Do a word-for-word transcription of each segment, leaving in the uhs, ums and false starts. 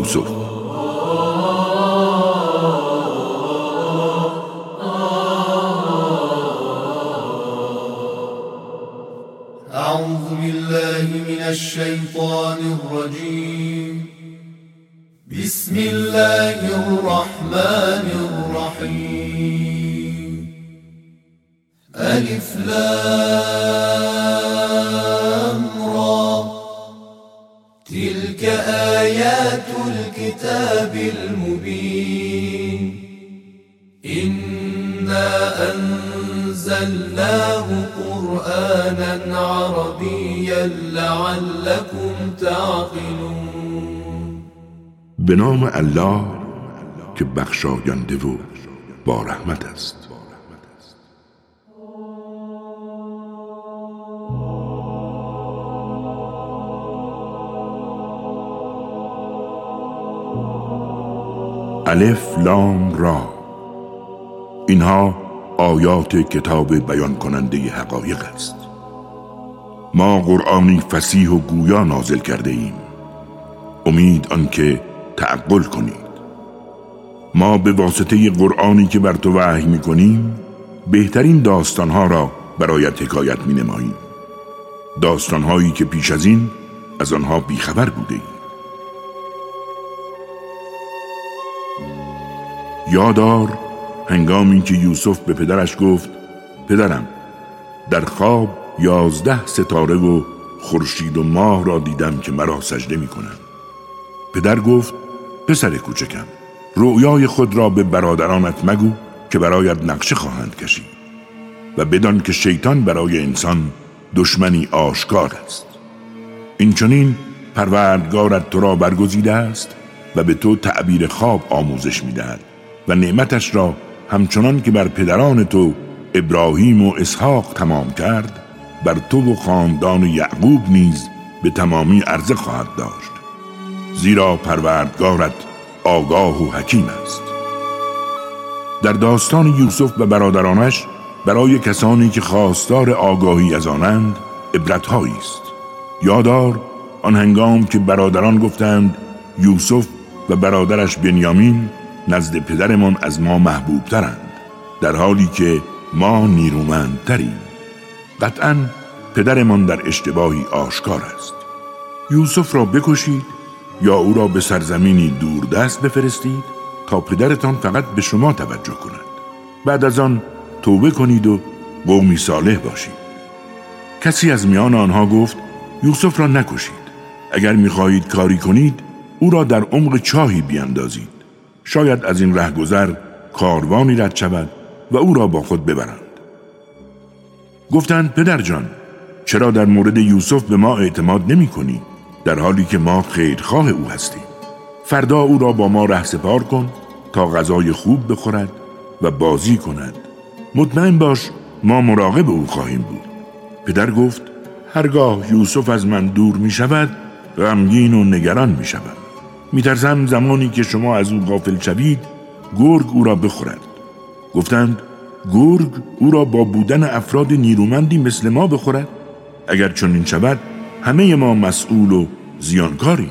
یوسف. اعوذ بالله من الشیطان الرجیم. بسم الله الرحمن الرحیم. الف لام را تلك آیات الكتاب المبین. إنا أنزلناه قرآنا عربيا لعلكم تعقلون. به نام الله که بخشاینده و با رحمت است. الف لام را، اینها آیات کتاب بیان کننده حقایق است. ما قرآنی فصیح و گویا نازل کرده ایم، امید آنکه تعقل کنید. ما به واسطه قرآنی که بر تو وحی می کنیم بهترین داستانها را برایت حکایت می نماییم، داستانهایی که پیش از این از آنها بیخبر بوده ایم. یادار هنگامی که یوسف به پدرش گفت پدرم، در خواب یازده ستاره و خورشید و ماه را دیدم که مرا سجده می کنند. پدر گفت پسر کوچکم، رؤیای خود را به برادرانت مگو که برایت نقشه خواهند کشید و بدان که شیطان برای انسان دشمنی آشکار است. اینچنین پروردگارت تو را برگزیده است و به تو تعبیر خواب آموزش می دهد و نعمتش را همچنان که بر پدران تو ابراهیم و اسحاق تمام کرد بر تو و خاندان یعقوب نیز به تمامی عرضه خواهد داشت، زیرا پروردگارت آگاه و حکیم است. در داستان یوسف و برادرانش برای کسانی که خواستار آگاهی از آنند عبرت‌هایی است. یادار آن هنگام که برادران گفتند یوسف و برادرش بنیامین نزد پدرمان از ما محبوب ترند، در حالی که ما نیرومندتریم. قطعاً پدرمان در اشتباهی آشکار است. یوسف را بکشید یا او را به سرزمینی دوردست بفرستید تا پدرتان فقط به شما توجه کند. بعد از آن توبه کنید و قومی صالح باشید. کسی از میان آنها گفت یوسف را نکشید. اگر می‌خواهید کاری کنید او را در عمق چاهی بیاندازید. شاید از این رهگذر کاروانی رد شود و او را با خود ببرند. گفتند پدر جان، چرا در مورد یوسف به ما اعتماد نمی کنی در حالی که ما خیرخواه او هستیم؟ فردا او را با ما رهسپار کن تا غذای خوب بخورد و بازی کند. مطمئن باش ما مراقب او خواهیم بود. پدر گفت هرگاه یوسف از من دور می شود غمگین و نگران می شود. می ترسم زمانی که شما از او غافل شوید گرگ او را بخورد. گفتند گرگ او را با بودن افراد نیرومندی مثل ما بخورد؟ اگر چنین شود همه ما مسئول و زیانکاریم.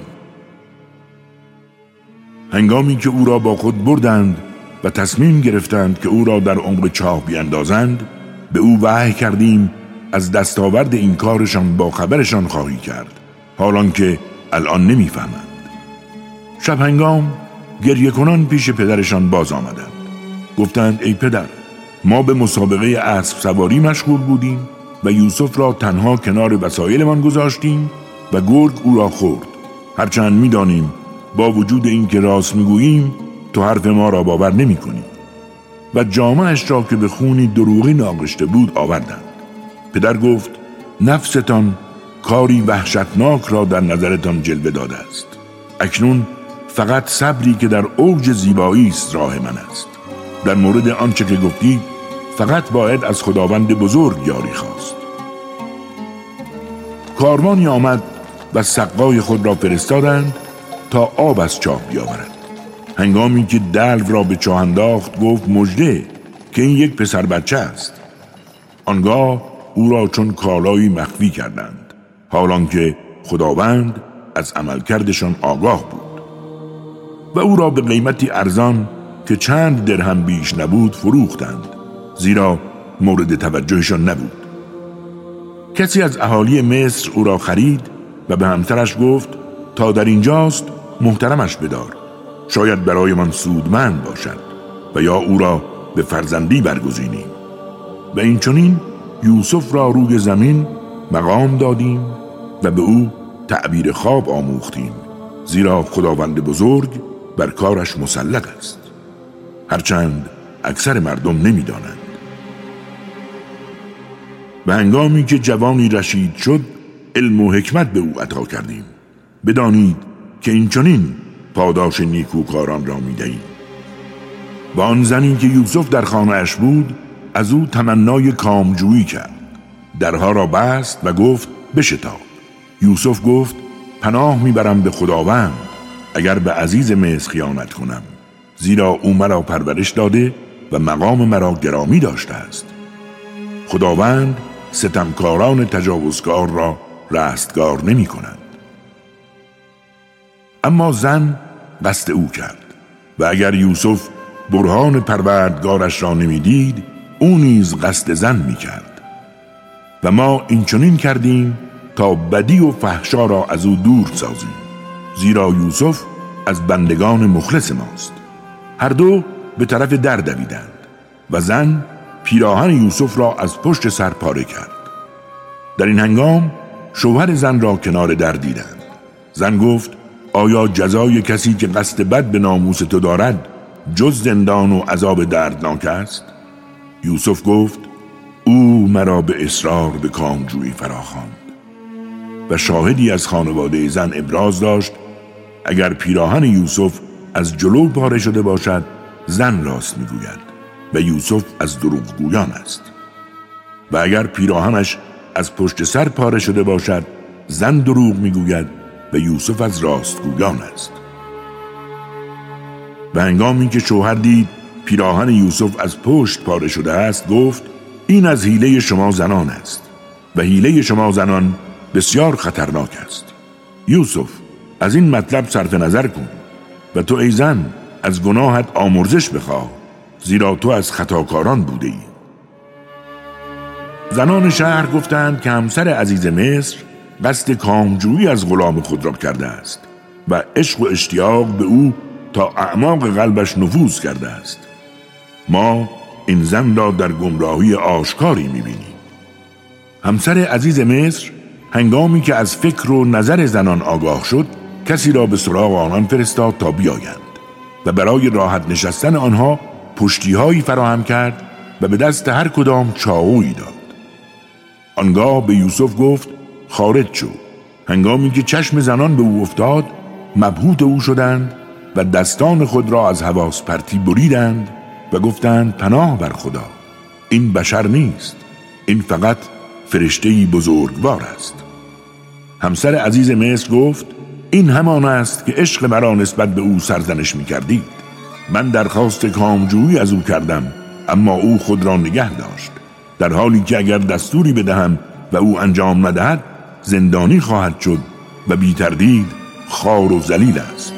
هنگامی که او را با خود بردند و تصمیم گرفتند که او را در عمق چاه بیاندازند، به او وحی کردیم از دستاورد این کارشان با خبرشان خواهی کرد، حالان که الان نمیفهمند. شب هنگام گریه کنان پیش پدرشان باز آمدند. گفتند ای پدر، ما به مسابقه اسب سواری مشغول بودیم و یوسف را تنها کنار وسایلمان گذاشتیم و گرگ او را خورد. هرچند می‌دانیم با وجود این که راست می‌گوییم تو حرف ما را باور نمی‌کنی. و جامه‌اش را که به خونی دروغین آغشته بود آوردند. پدر گفت نفستان کاری وحشتناک را در نظرتان جلوه داده است. اکنون فقط صبری که در اوج زیبایی است راه من است. در مورد آنچه که گفتید فقط باید از خداوند بزرگ یاری خواست. کاروانی آمد و سقای خود را فرستادند تا آب از چاه بیاورد. هنگامی که دلو را به چاه انداخت گفت مژده که این یک پسر بچه است. آنگاه او را چون کالایی مخفی کردند، حالان که خداوند از عملکردشان آگاه بود. و او را به قیمتی ارزان که چند درهم بیش نبود فروختند، زیرا مورد توجهشان نبود. کسی از اهالی مصر او را خرید و به همسرش گفت تا در اینجاست محترمش بدار، شاید برای من سودمند باشد و یا او را به فرزندی برگزینیم. و این چنین یوسف را روی زمین مقام دادیم و به او تعبیر خواب آموختیم، زیرا خداوند بزرگ بر کارش مسلط است، هرچند اکثر مردم نمی دانند. و هنگامی که جوانی رشید شد علم و حکمت به او عطا کردیم، بدانید که این چنین پاداش نیکوکاران را می دهیم. و آن زنی که یوسف در خانه‌اش بود از او تمنای کامجویی کرد، درها را بست و گفت بشتاب. یوسف گفت پناه میبرم به خداوند اگر به عزیز مصر خیانت کنم، زیرا او مرا پرورش داده و مقام مرا گرامی داشته است. خداوند ستمکاران تجاوزکار را رستگار نمی کند. اما زن قصد او کرد و اگر یوسف برهان پروردگارش را نمی دید، او نیز قصد زن می کرد. و ما این چنین کردیم تا بدی و فحشا را از او دور سازیم، زیرا یوسف از بندگان مخلص ماست. هر دو به طرف در دویدند و زن پیراهن یوسف را از پشت سر پاره کرد. در این هنگام شوهر زن را کنار در دیدند. زن گفت آیا جزای کسی که قصد بد به ناموس تو دارد جز زندان و عذاب دردناک است؟ یوسف گفت او مرا به اصرار به کامجویی فراخواند. و شاهدی از خانواده زن ابراز داشت اگر پیراهن یوسف از جلو پاره شده باشد زن راست میگوید و یوسف از دروغگویان است، و اگر پیراهنش از پشت سر پاره شده باشد زن دروغ میگوید و یوسف از راستگویان است. و هنگامی که شوهر دید پیراهن یوسف از پشت پاره شده است گفت این از حیله شما زنان است و حیله شما زنان بسیار خطرناک است. یوسف از این مطلب صرف نظر کن و تو ای زن از گناهت آمرزش بخواه، زیرا تو از خطاکاران بوده ای. زنان شهر گفتند که همسر عزیز مصر قصد کامجویی از غلام خود را کرده است و عشق و اشتیاق به او تا اعماق قلبش نفوذ کرده است. ما این زن را در گمراهی آشکاری می‌بینیم. همسر عزیز مصر هنگامی که از فکر و نظر زنان آگاه شد کسی را به سراغ آنان فرستاد تا بیایند و برای راحت نشستن آنها پشتی‌هایی فراهم کرد و به دست هر کدام چاقویی داد. آنگاه به یوسف گفت خارج شو. هنگامی که چشم زنان به او افتاد مبهوت او شدند و دستان خود را از حواس پرتی بریدند و گفتند پناه بر خدا، این بشر نیست، این فقط فرشته‌ای بزرگوار است. همسر عزیز مصر گفت این همان است که عشق مرا نسبت به او سرزنش می کردید. من درخواست کامجویی از او کردم اما او خود را نگه داشت، در حالی که اگر دستوری بدهم و او انجام ندهد زندانی خواهد شد و بی تردید خوار و ذلیل است.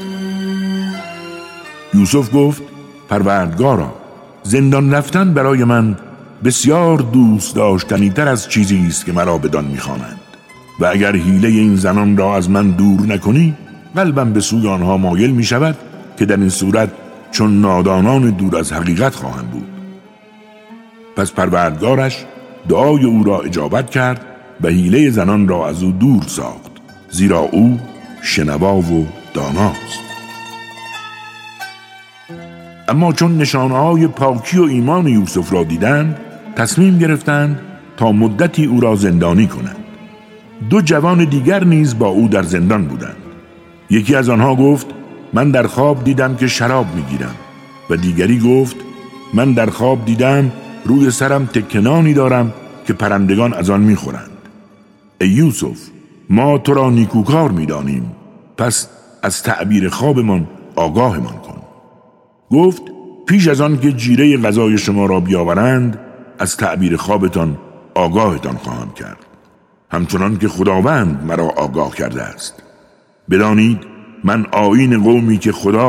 یوسف گفت پروردگارا، زندان رفتن برای من بسیار دوست داشتنی تر از چیزی است که مرا بدان می‌خوانند و اگر حیله این زنان را از من دور نکنی قلبم به سوی آنها مایل می شود که در این صورت چون نادانان دور از حقیقت خواهند بود. پس پروردگارش دعای او را اجابت کرد و حیله زنان را از او دور ساخت، زیرا او شنوا و داناست. اما چون نشانه‌های پاکی و ایمان یوسف را دیدند تصمیم گرفتند تا مدتی او را زندانی کنند. دو جوان دیگر نیز با او در زندان بودند. یکی از آنها گفت من در خواب دیدم که شراب میگیرم و دیگری گفت من در خواب دیدم روی سرم تکنانی دارم که پرندگان از آن میخورند. ای یوسف، ما تو را نیکوکار میدانیم، پس از تعبیر خوابمان آگاهمان کن. گفت پیش از آن که جیره غذای شما را بیاورند از تعبیر خوابتان آگاهتان خواهم کرد، همچنان که خداوند مرا آگاه کرده است. بدانید من آیین قومی که خدا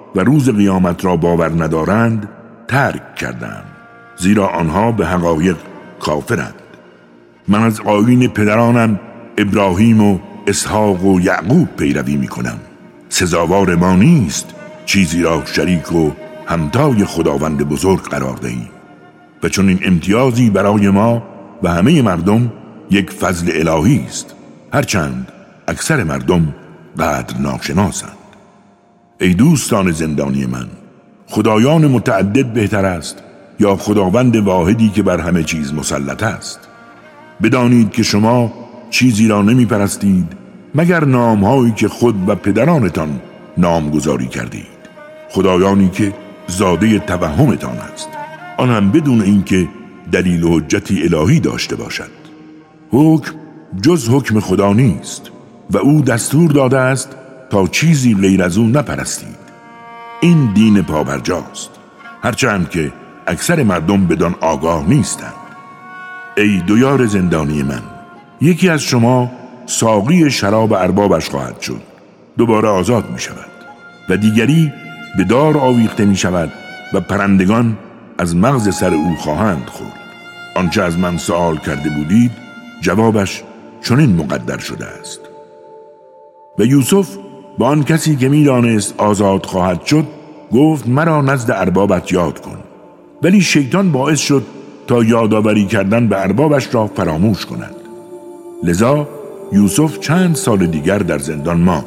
و روز قیامت را باور ندارند ترک کردم، زیرا آنها به حقایق کافرند. من از آیین پدرانم ابراهیم و اسحاق و یعقوب پیروی می کنم. سزاوار ما نیست چیزی را شریک و همتای خداوند بزرگ قرار دهیم و چون این امتیازی برای ما و همه مردم یک فضل الهی است، هرچند اکثر مردم قدر ناشناسند. ای دوستان زندانی من، خدایان متعدد بهتر است یا خداوند واحدی که بر همه چیز مسلط است؟ بدانید که شما چیزی را نمی پرستید مگر نامهایی که خود و پدرانتان نامگذاری کردید، خدایانی که زاده توهمتان است، آن هم بدون اینکه دلیل و حجتی الهی داشته باشد. حکم جز حکم خدا نیست و او دستور داده است تا چیزی غیر از او نپرستید. این دین پابرجاست، هرچند که اکثر مردم بدان آگاه نیستند. ای دویار زندانی من، یکی از شما ساقی شراب اربابش خواهد شد، دوباره آزاد می شود و دیگری به دار آویخته می شود و پرندگان از مغز سر او خواهند خورد. آنچه از من سوال کرده بودید جوابش چنین مقدر شده است. و یوسف با آن کسی که می دانست آزاد خواهد شد گفت مرا نزد اربابت یاد کن، ولی شیطان باعث شد تا یادآوری کردن به اربابش را فراموش کند. لذا یوسف چند سال دیگر در زندان ماند.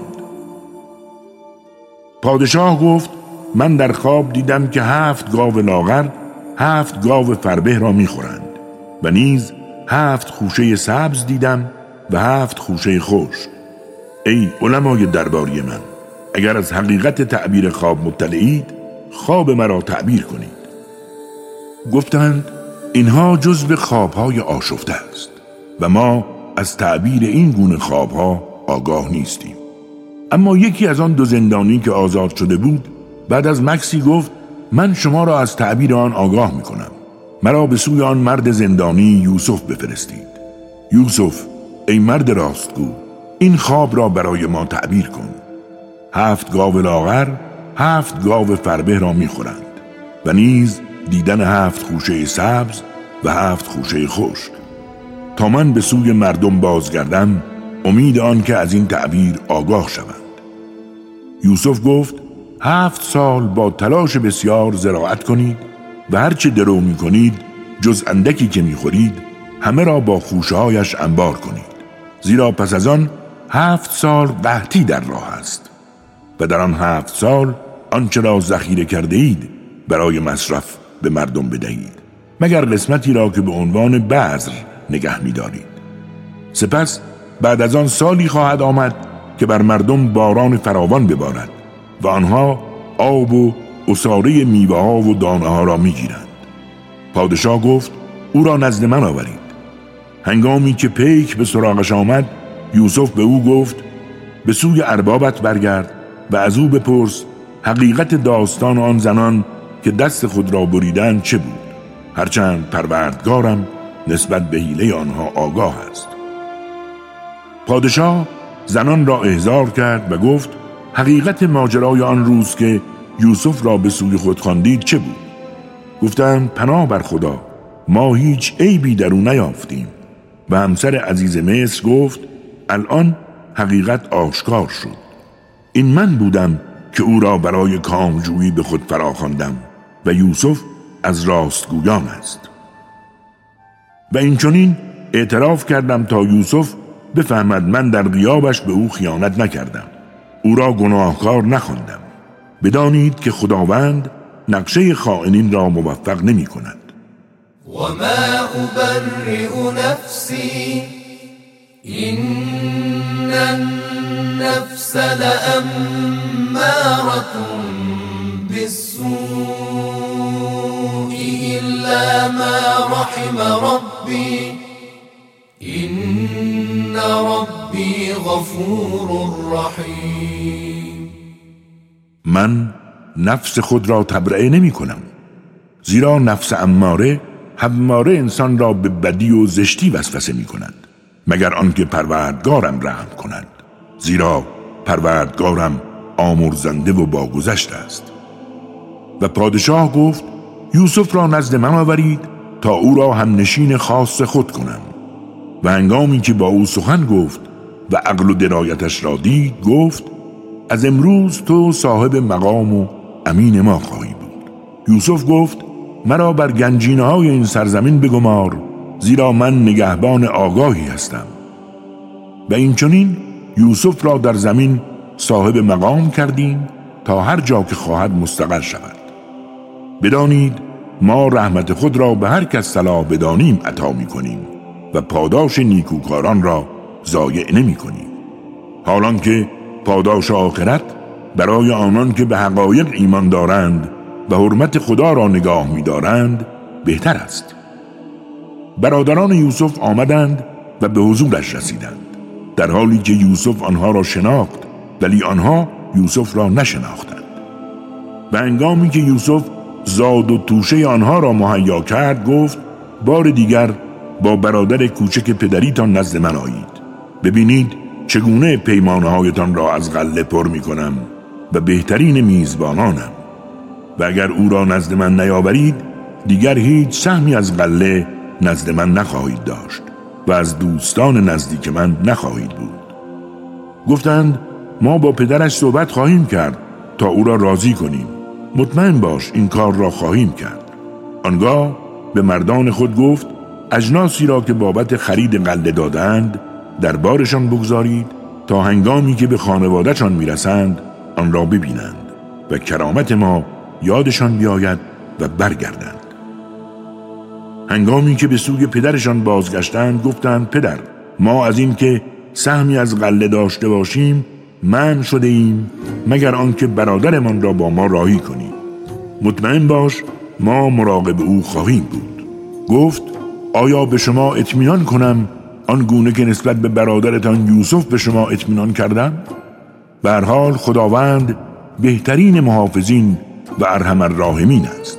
پادشاه گفت من در خواب دیدم که هفت گاو لاغر هفت گاو فربه را میخورند و نیز هفت خوشه سبز دیدم و هفت خوشه خشک. ای علمای درباری من، اگر از حقیقت تعبیر خواب مطلعید خواب مرا تعبیر کنید. گفتند اینها جزو خوابهای آشفته است و ما از تعبیر این گونه خوابها آگاه نیستیم. اما یکی از آن دو زندانی که آزاد شده بود بعد از مکسی گفت من شما را از تعبیر آن آگاه می کنم. مرا به سوی آن مرد زندانی یوسف بفرستید. یوسف ای مرد راستگو، این خواب را برای ما تعبیر کن. هفت گاو لاغر هفت گاو فربه را می خورند و نیز دیدن هفت خوشه سبز و هفت خوشه خشک. تا من به سوی مردم بازگردم امید آن که از این تعبیر آگاه شوند. یوسف گفت هفت سال با تلاش بسیار زراعت کنید و هرچه درو می کنید جز اندکی که می خورید همه را با خوشه هایش انبار کنید، زیرا پس از آن هفت سال قحطی در راه است و در آن هفت سال آنچه را ذخیره کرده اید برای مصرف به مردم بدهید، مگر قسمتی را که به عنوان بذر نگه می دارید. سپس بعد از آن سالی خواهد آمد که بر مردم باران فراوان ببارد و آنها آب و عصاره میوه ها و دانه ها را می گیرند. پادشاه گفت او را نزد من آورید. هنگامی که پیک به سراغش آمد یوسف به او گفت به سوی اربابت برگرد و از او بپرس حقیقت داستان آن زنان که دست خود را بریدند چه بود، هرچند پروردگارم نسبت به حیله آنها آگاه است. پادشاه زنان را احضار کرد و گفت حقیقت ماجرای آن روز که یوسف را به سوی خود خواندید چه بود؟ گفتند پناه بر خدا، ما هیچ عیبی در او نیافتیم. و همسر عزیز مصر گفت الان حقیقت آشکار شد. این من بودم که او را برای کامجویی به خود فراخواندم و یوسف از راستگویان است. و این چنین اعتراف کردم تا یوسف بفهمد من در غیابش به او خیانت نکردم، او را گناهکار نخواندم. بدانید که خداوند نقشه خائنین را موفق نمی کند. وما أبرئ نفسي إن النفس لأمارة بالسوء إلا ما رحم ربي إن ربي غفور رحيم. من نفس خود را تبرئه نمی کنم، زیرا نفس اماره همواره انسان را به بدی و زشتی وسوسه می کند، مگر آنکه پروردگارم رحم کند، زیرا پروردگارم آمرزنده و باگذشت است. و پادشاه گفت یوسف را نزد من آورید تا او را هم نشین خاص خود کنم. و هنگامی که با او سخن گفت و عقل و درایتش را دید گفت از امروز تو صاحب مقام و امین ما خواهی بود. یوسف گفت مرا بر گنجینه های این سرزمین بگمار، زیرا من نگهبان آگاهی هستم. و این چنین یوسف را در زمین صاحب مقام کردیم تا هر جا که خواهد مستقر شود. بدانید ما رحمت خود را به هر کس صلاح بدانیم عطا می کنیم و پاداش نیکوکاران را ضایع نمی کنیم. حالان که پاداش آخرت برای آنان که به حقایق ایمان دارند و حرمت خدا را نگاه می دارند بهتر است. برادران یوسف آمدند و به حضورش رسیدند، در حالی که یوسف آنها را شناخت ولی آنها یوسف را نشناختند. و هنگامی که یوسف زاد و توشه آنها را مهیا کرد گفت بار دیگر با برادر کوچک پدریتان نزد من آیید. ببینید چگونه پیمانه هایتان را از غله پر می کنم و بهترین میزبانانم. و اگر او را نزد من نیاورید دیگر هیچ سهمی از غله نزد من نخواهید داشت و از دوستان نزدیک من نخواهید بود. گفتند ما با پدرش صحبت خواهیم کرد تا او را راضی کنیم. مطمئن باش این کار را خواهیم کرد. آنگاه به مردان خود گفت اجناسی را که بابت خرید غله دادند در بارشان بگذارید تا هنگامی که به خانواده‌شان میرسند آن را ببینند و کرامت ما یادشان بیاید و برگردند. هنگامی که به سوی پدرشان بازگشتند گفتند پدر ما از این که سهمی از غله داشته باشیم منع شده ایم مگر آنکه برادرمان را با ما راهی کنیم. مطمئن باش ما مراقب او خواهیم بود. گفت آیا به شما اطمینان کنم آن گونه که نسبت به برادرتان یوسف به شما اطمینان کردم؟ به هر حال خداوند بهترین محافظین و ارحم الراحمین است.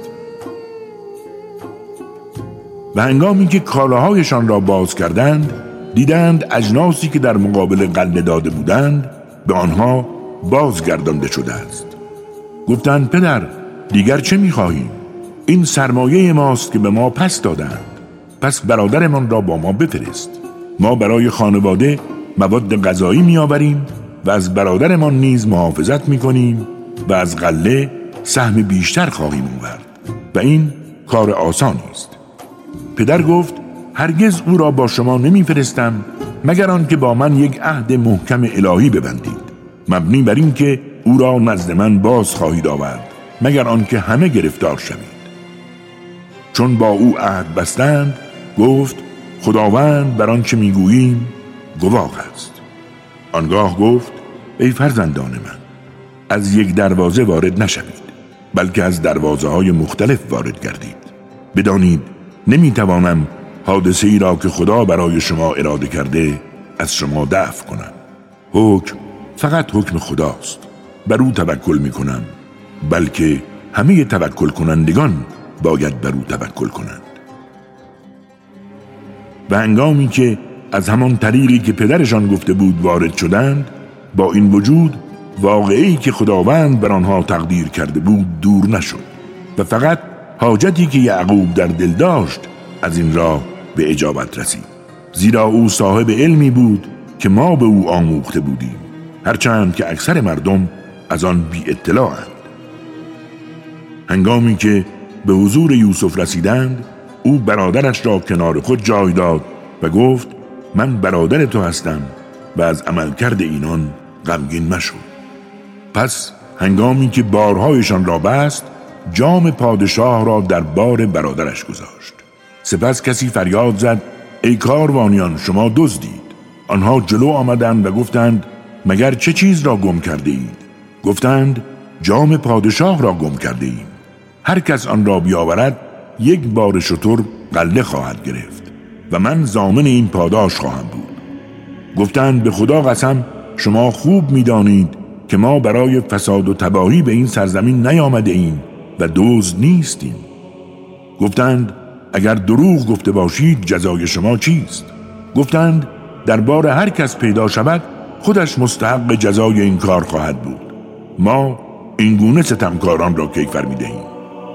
و هنگامی که کالاهایشان را باز کردند دیدند اجناسی که در مقابل غله داده بودند به آنها بازگردانده شده است. گفتند پدر دیگر چه می‌خواهیم؟ این سرمایه ماست که به ما پس دادند، پس برادرمان را با ما بفرست. ما برای خانواده مواد غذایی می‌آوریم و از برادرمان نیز محافظت می‌کنیم و از غله سهم بیشتر خواهیم آورد و این کار آسانی است. پدر گفت هرگز او را با شما نمی‌فرستم مگر آنکه با من یک عهد محکم الهی ببندید، مبنی بر این که او را نزد من باز خواهید آورد مگر آنکه همه گرفتار شوید. چون با او عهد بستند گفت خداوند بر آنچه میگوییم گواه است. آنگاه گفت ای فرزندان من از یک دروازه وارد نشوید بلکه از دروازه های مختلف وارد گردید. بدانید نمیتوانم حادثه ای را که خدا برای شما اراده کرده از شما دفع کنم. حکم فقط حکم خداست، بر او توکل میکنم، بلکه همه توکل کنندگان باید بر او توکل کنند. و هنگامی که از همان طریقی که پدرشان گفته بود وارد شدند، با این وجود واقعی که خداوند بر آنها تقدیر کرده بود دور نشد و فقط حاجتی که یعقوب در دل داشت از این راه به اجابت رسید، زیرا او صاحب علمی بود که ما به او آموخته بودیم، هرچند که اکثر مردم از آن بی اطلاعند. هنگامی که به حضور یوسف رسیدند او برادرش را کنار خود جای داد و گفت من برادر تو هستم و از عملکرد اینان غمگین مشو. پس هنگامی که بارهایشان را بست جام پادشاه را در بار برادرش گذاشت. سپس کسی فریاد زد ای کاروانیان شما دزدید. آنها جلو آمدند و گفتند مگر چه چیز را گم کرده اید؟ گفتند جام پادشاه را گم کرده ایم. هر کس آن را بیاورد یک بار شتر غله خواهد گرفت و من ضامن این پاداش خواهم بود. گفتند به خدا قسم شما خوب می‌دانید که ما برای فساد و تباهی به این سرزمین نیامده ایم و دزد نیستیم. گفتند اگر دروغ گفته باشید جزای شما چیست؟ گفتند دربار هر کس پیدا شود خودش مستحق جزای این کار خواهد بود. ما این گونه ستمکاران را کیفر می‌دهیم.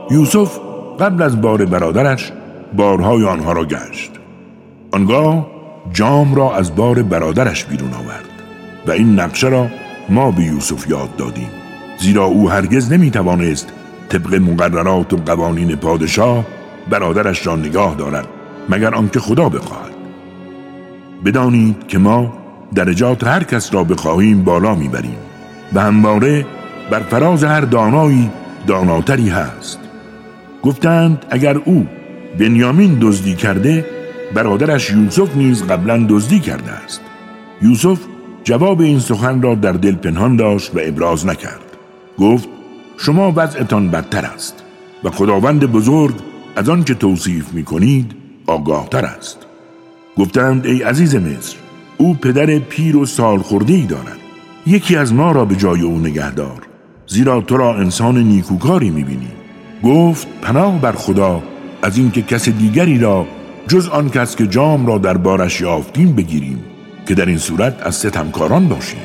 یوسف قبل از بار برادرش بارهای آنها را گشت. آنگاه جام را از بار برادرش بیرون آورد و این نقشه را ما به یوسف یاد دادیم، زیرا او هرگز نمیتوانست طبق مقررات و قوانین پادشاه برادرش را نگاه دارد مگر آنکه خدا بخواهد. بدانید که ما درجات هر کس را بخواهیم بالا میبریم و همواره بر فراز هر دانایی داناتری هست. گفتند اگر او بنیامین دزدی کرده، برادرش یوسف نیز قبلا دزدی کرده است. یوسف جواب این سخن را در دل پنهان داشت و ابراز نکرد. گفت شما وضعتان بدتر است و خداوند بزرگ از آن که توصیف می کنید آگاه تر است. گفتند ای عزیز مصر، او پدر پیر و سال خورده‌ای دارد. یکی از ما را به جای او نگهدار، زیرا تو را انسان نیکوکاری می بینی. گفت پناه بر خدا از این که کس دیگری را جز آن کس که جام را در بارش یافتیم بگیریم که در این صورت از ستمکاران باشیم.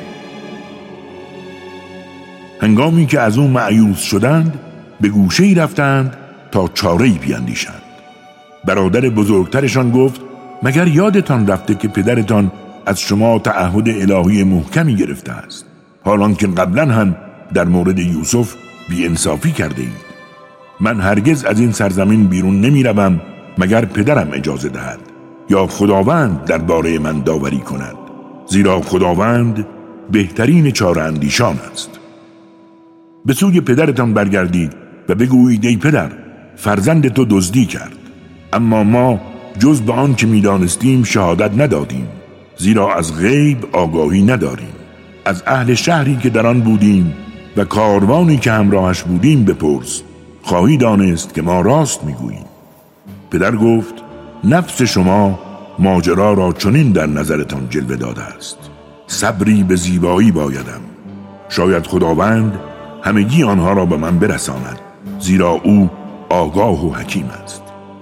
هنگامی که از او مایوس شدند به گوشه‌ای رفتند تا چاره‌ای بیندیشند. برادر بزرگترشان گفت مگر یادتان رفته که پدرتان از شما تعهد الهی محکمی گرفته است، حالان که قبلا هم در مورد یوسف بی‌انصافی کرده اید. من هرگز از این سرزمین بیرون نمی روم مگر پدرم اجازه دهد یا خداوند درباره من داوری کند، زیرا خداوند بهترین چاره اندیشان است. به سوی پدرتان برگردید و بگویید ای پدر، فرزند تو دزدی کرد، اما ما جز به آن که می دانستیم شهادت ندادیم، زیرا از غیب آگاهی نداریم. از اهل شهری که در آن بودیم و کاروانی که همراهش بودیم بپرس، خواهی دانست که ما راست میگوییم. پدر گفت نفس شما ماجرا را چنین در نظرتان جلوه داده است. صبری به زیبایی بایدم. شاید خداوند همگی آنها را به من برساند، زیرا او آگاه و حکیم است.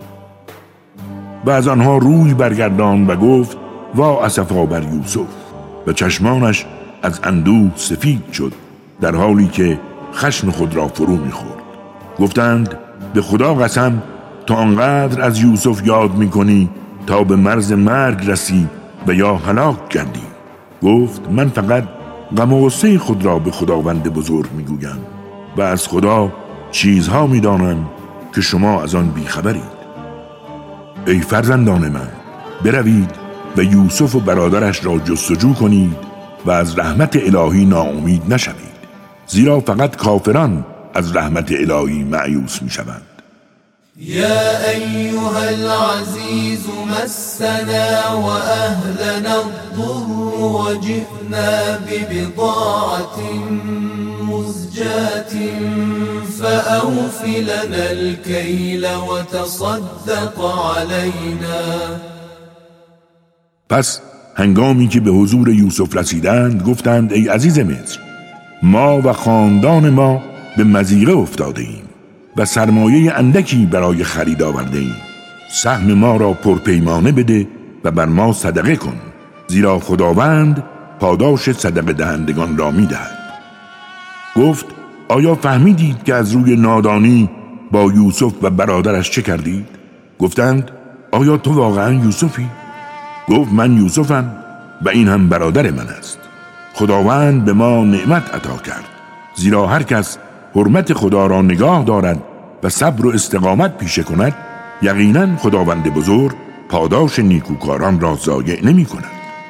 و از آنها روی برگردان و گفت وا اسفا بر یوسف، و چشمانش از اندوه سفید شد در حالی که خشم خود را فرو می‌خورد. گفتند به خدا قسم تا آنقدر از یوسف یاد می‌کنی تا به مرز مرگ رسی و یا هلاک گردی. گفت من فقط غم و غصه خود را به خداوند بزرگ می‌گویم و از خدا چیزها می‌دانم که شما از آن بیخبرید. ای فرزندان من، بروید و یوسف و برادرش را جستجو کنید و از رحمت الهی ناامید نشوید، زیرا فقط کافران از رحمت الهی مایوس میشوند. یا ایها العزیز مسنا و اهلنا الضر و جئنا ببضاعت مزجاة فأوف لنا الكيل وتصدق علينا. پس هنگامی که به حضور یوسف رسیدند گفتند ای عزیز مصر، ما و خاندان ما به مضیقه افتاده ایم و سرمایه اندکی برای خرید آورده ایم. سهم ما را پرپیمانه بده و بر ما صدقه کن، زیرا خداوند پاداش صدقه دهندگان را می دهد. گفت آیا فهمیدید که از روی نادانی با یوسف و برادرش چه کردید؟ گفتند آیا تو واقعا یوسفی؟ گفت من یوسفم و این هم برادر من است. خداوند به ما نعمت عطا کرد، زیرا هر کس حرمت خدا را نگاه دارد و صبر و استقامت پیشه کند، یقینا خداوند بزرگ پاداش نیکوکاران را ضایع نمی کند.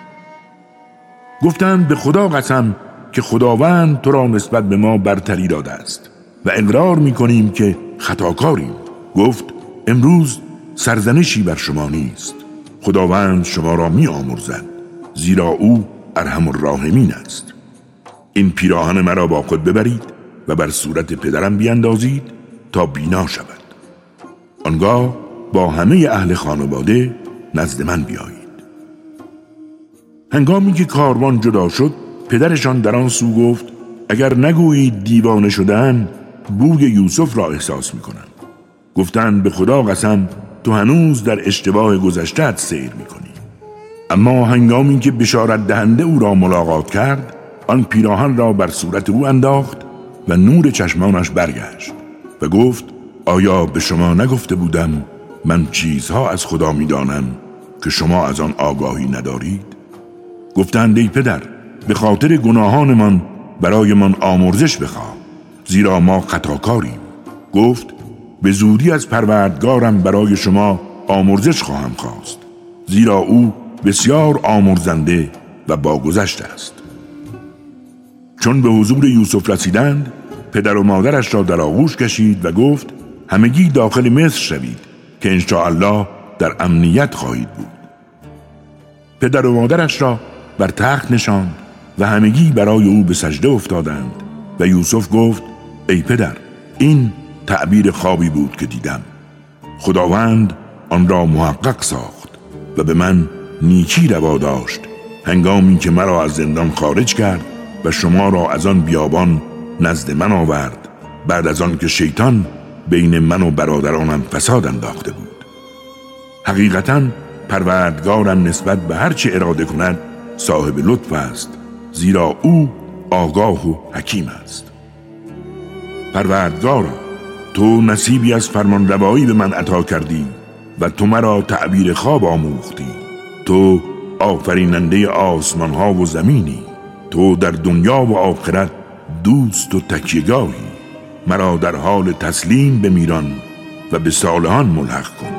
گفتند به خدا قسم که خداوند تو را نسبت به ما برتری داده است و اقرار می کنیم که خطاکاریم. گفت امروز سرزنشی بر شما نیست، خداوند شما را می آمرزد، زیرا او ارحم الراحمین است. این پیراهن مرا با خود ببرید و بر صورت پدرم بیاندازید تا بینا شود. آنگاه با همه اهل خانواده نزد من بیایید. هنگامی که کاروان جدا شد، پدرشان در آن سو گفت اگر نگویید دیوانه شدن، بوی یوسف را احساس میکنم. گفتند به خدا قسم تو هنوز در اشتباه گذشته‌ات سیر میکنی. اما هنگامی که بشارت دهنده او را ملاقات کرد، آن پیراهن را بر صورت او انداخت و نور چشمانش برگشت و گفت آیا به شما نگفته بودم من چیزها از خدا می‌دانم که شما از آن آگاهی ندارید؟ گفتند ای پدر، به خاطر گناهانمان برایمان آمرزش بخواه، زیرا ما خطاکاریم. گفت به زودی از پروردگارم برای شما آمرزش خواهم خواست، زیرا او بسیار آمرزنده و باگذشت است. چون به حضور یوسف رسیدند، پدر و مادرش را در آغوش کشید و گفت همگی داخل مصر شوید که انشاءالله در امنیت خواهید بود. پدر و مادرش را بر تخت نشاند و همگی برای او به سجده افتادند و یوسف گفت ای پدر، این تعبیر خوابی بود که دیدم. خداوند آن را محقق ساخت و به من نیکی روا داشت هنگامی که مرا از زندان خارج کرد و شما را از آن بیابان نزد من آورد، بعد از آن که شیطان بین من و برادرانم فساد انداخته بود. حقیقتاً پروردگارم نسبت به هر چه اراده کند صاحب لطف است، زیرا او آگاه و حکیم است. پروردگارا، تو نصیبی از فرمان روایی به من عطا کردی و تو مرا تعبیر خواب آموختی. تو آفریننده آسمان ها و زمینی. تو در دنیا و آخرت دوست و تکیه‌گاهی. مرا در حال تسلیم بمیران و به صالحان ملحق کن.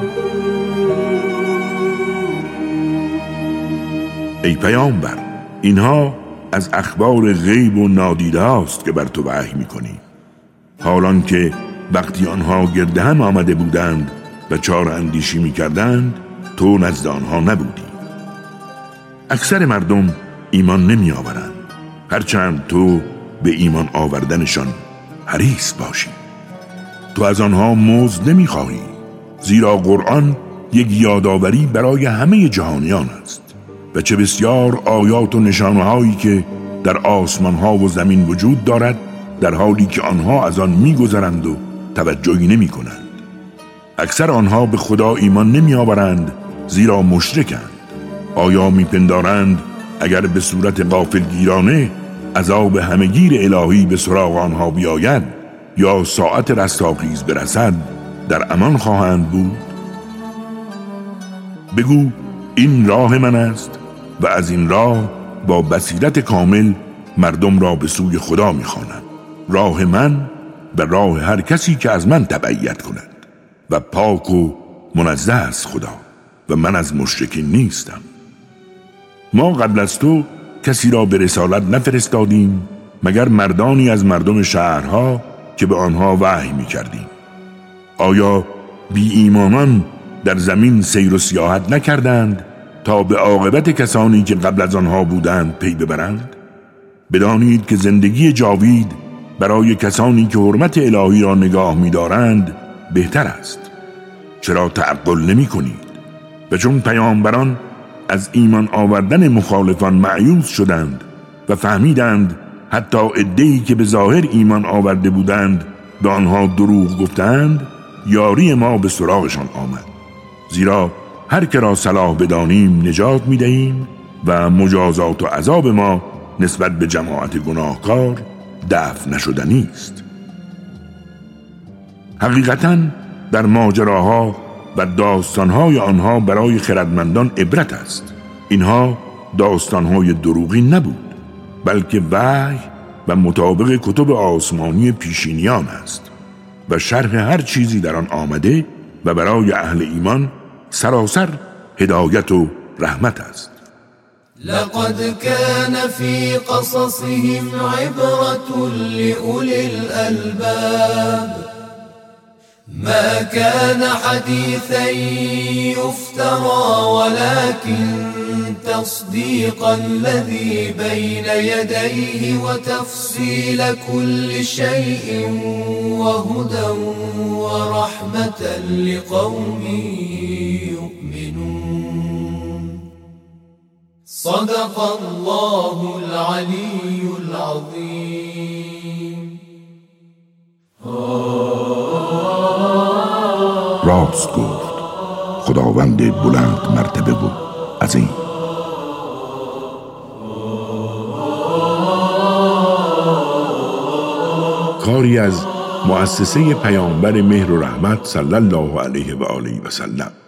ای پیامبر، اینها از اخبار غیب و نادیده است که بر تو وحی می‌کنی، حالان که وقتی آنها گرد هم آمده بودند و چاره اندیشی می‌کردند تو نزد آنها نبودی. اکثر مردم ایمان نمی‌آورند، هرچند تو به ایمان آوردنشان حریص باشی. تو از آنها مزد نمی‌خواهی، زیرا قرآن یک یادآوری برای همه جهانیان است و چه بسیار آیات و نشانه‌هایی که در آسمان‌ها و زمین وجود دارد، در حالی که آنها از آن می‌گذرند و توجهی نمی‌کنند. اکثر آنها به خدا ایمان نمی‌آورند، زیرا مشرکند. آیا می‌پندارند اگر به صورت غافلگیرانه عذاب همگیر الهی به سراغ آنها بیاید یا ساعت رستاخیز برسد در امان خواهند بود؟ بگو این راه من است و از این راه با بصیرت کامل مردم را به سوی خدا می‌خوانم. راه من و راه هر کسی که از من تبعیت کند و پاک و منزه است خدا و من از مشرکین نیستم. ما قبل از تو کسی را به رسالت نفرستادیم مگر مردانی از مردم شهرها که به آنها وحی می‌کردیم. آیا بی ایمانان در زمین سیر و سیاحت نکردند تا به عاقبت کسانی که قبل از آنها بودند پی ببرند؟ بدانید که زندگی جاوید برای کسانی که حرمت الهی را نگاه می‌دارند بهتر است. چرا تعقل نمی کنید؟ و چون پیامبران از ایمان آوردن مخالفان مایوس شدند و فهمیدند حتی عده‌ای که به ظاهر ایمان آورده بودند به آنها دروغ گفتند، یاری ما به سراغشان آمد. زیرا هر که را صلاح بدانیم نجات می‌دهیم و مجازات و عذاب ما نسبت به جماعت گناهکار دفع نشدنی است. حقیقتاً در ماجراها و داستانهای آنها برای خردمندان عبرت است. اینها داستانهای دروغی نبود، بلکه وحی و مطابق کتب آسمانی پیشینیان است و شرح هر چیزی در آن آمده و برای اهل ایمان سراسر هدایت و رحمت است. لقد كان في قصصهم عبرة لأولي الألباب ما كان حديثا يفترى ولكن تصديق الذي بين يديه وتفصيل كل شيء وهدى ورحمة لقوم يؤمنون. صدق الله العلي العظيم. راست گفت خداوند بلند مرتبه و عظیم. کاری از مؤسسه پیامبر مهر و رحمت صلی الله علیه و آله و سلم.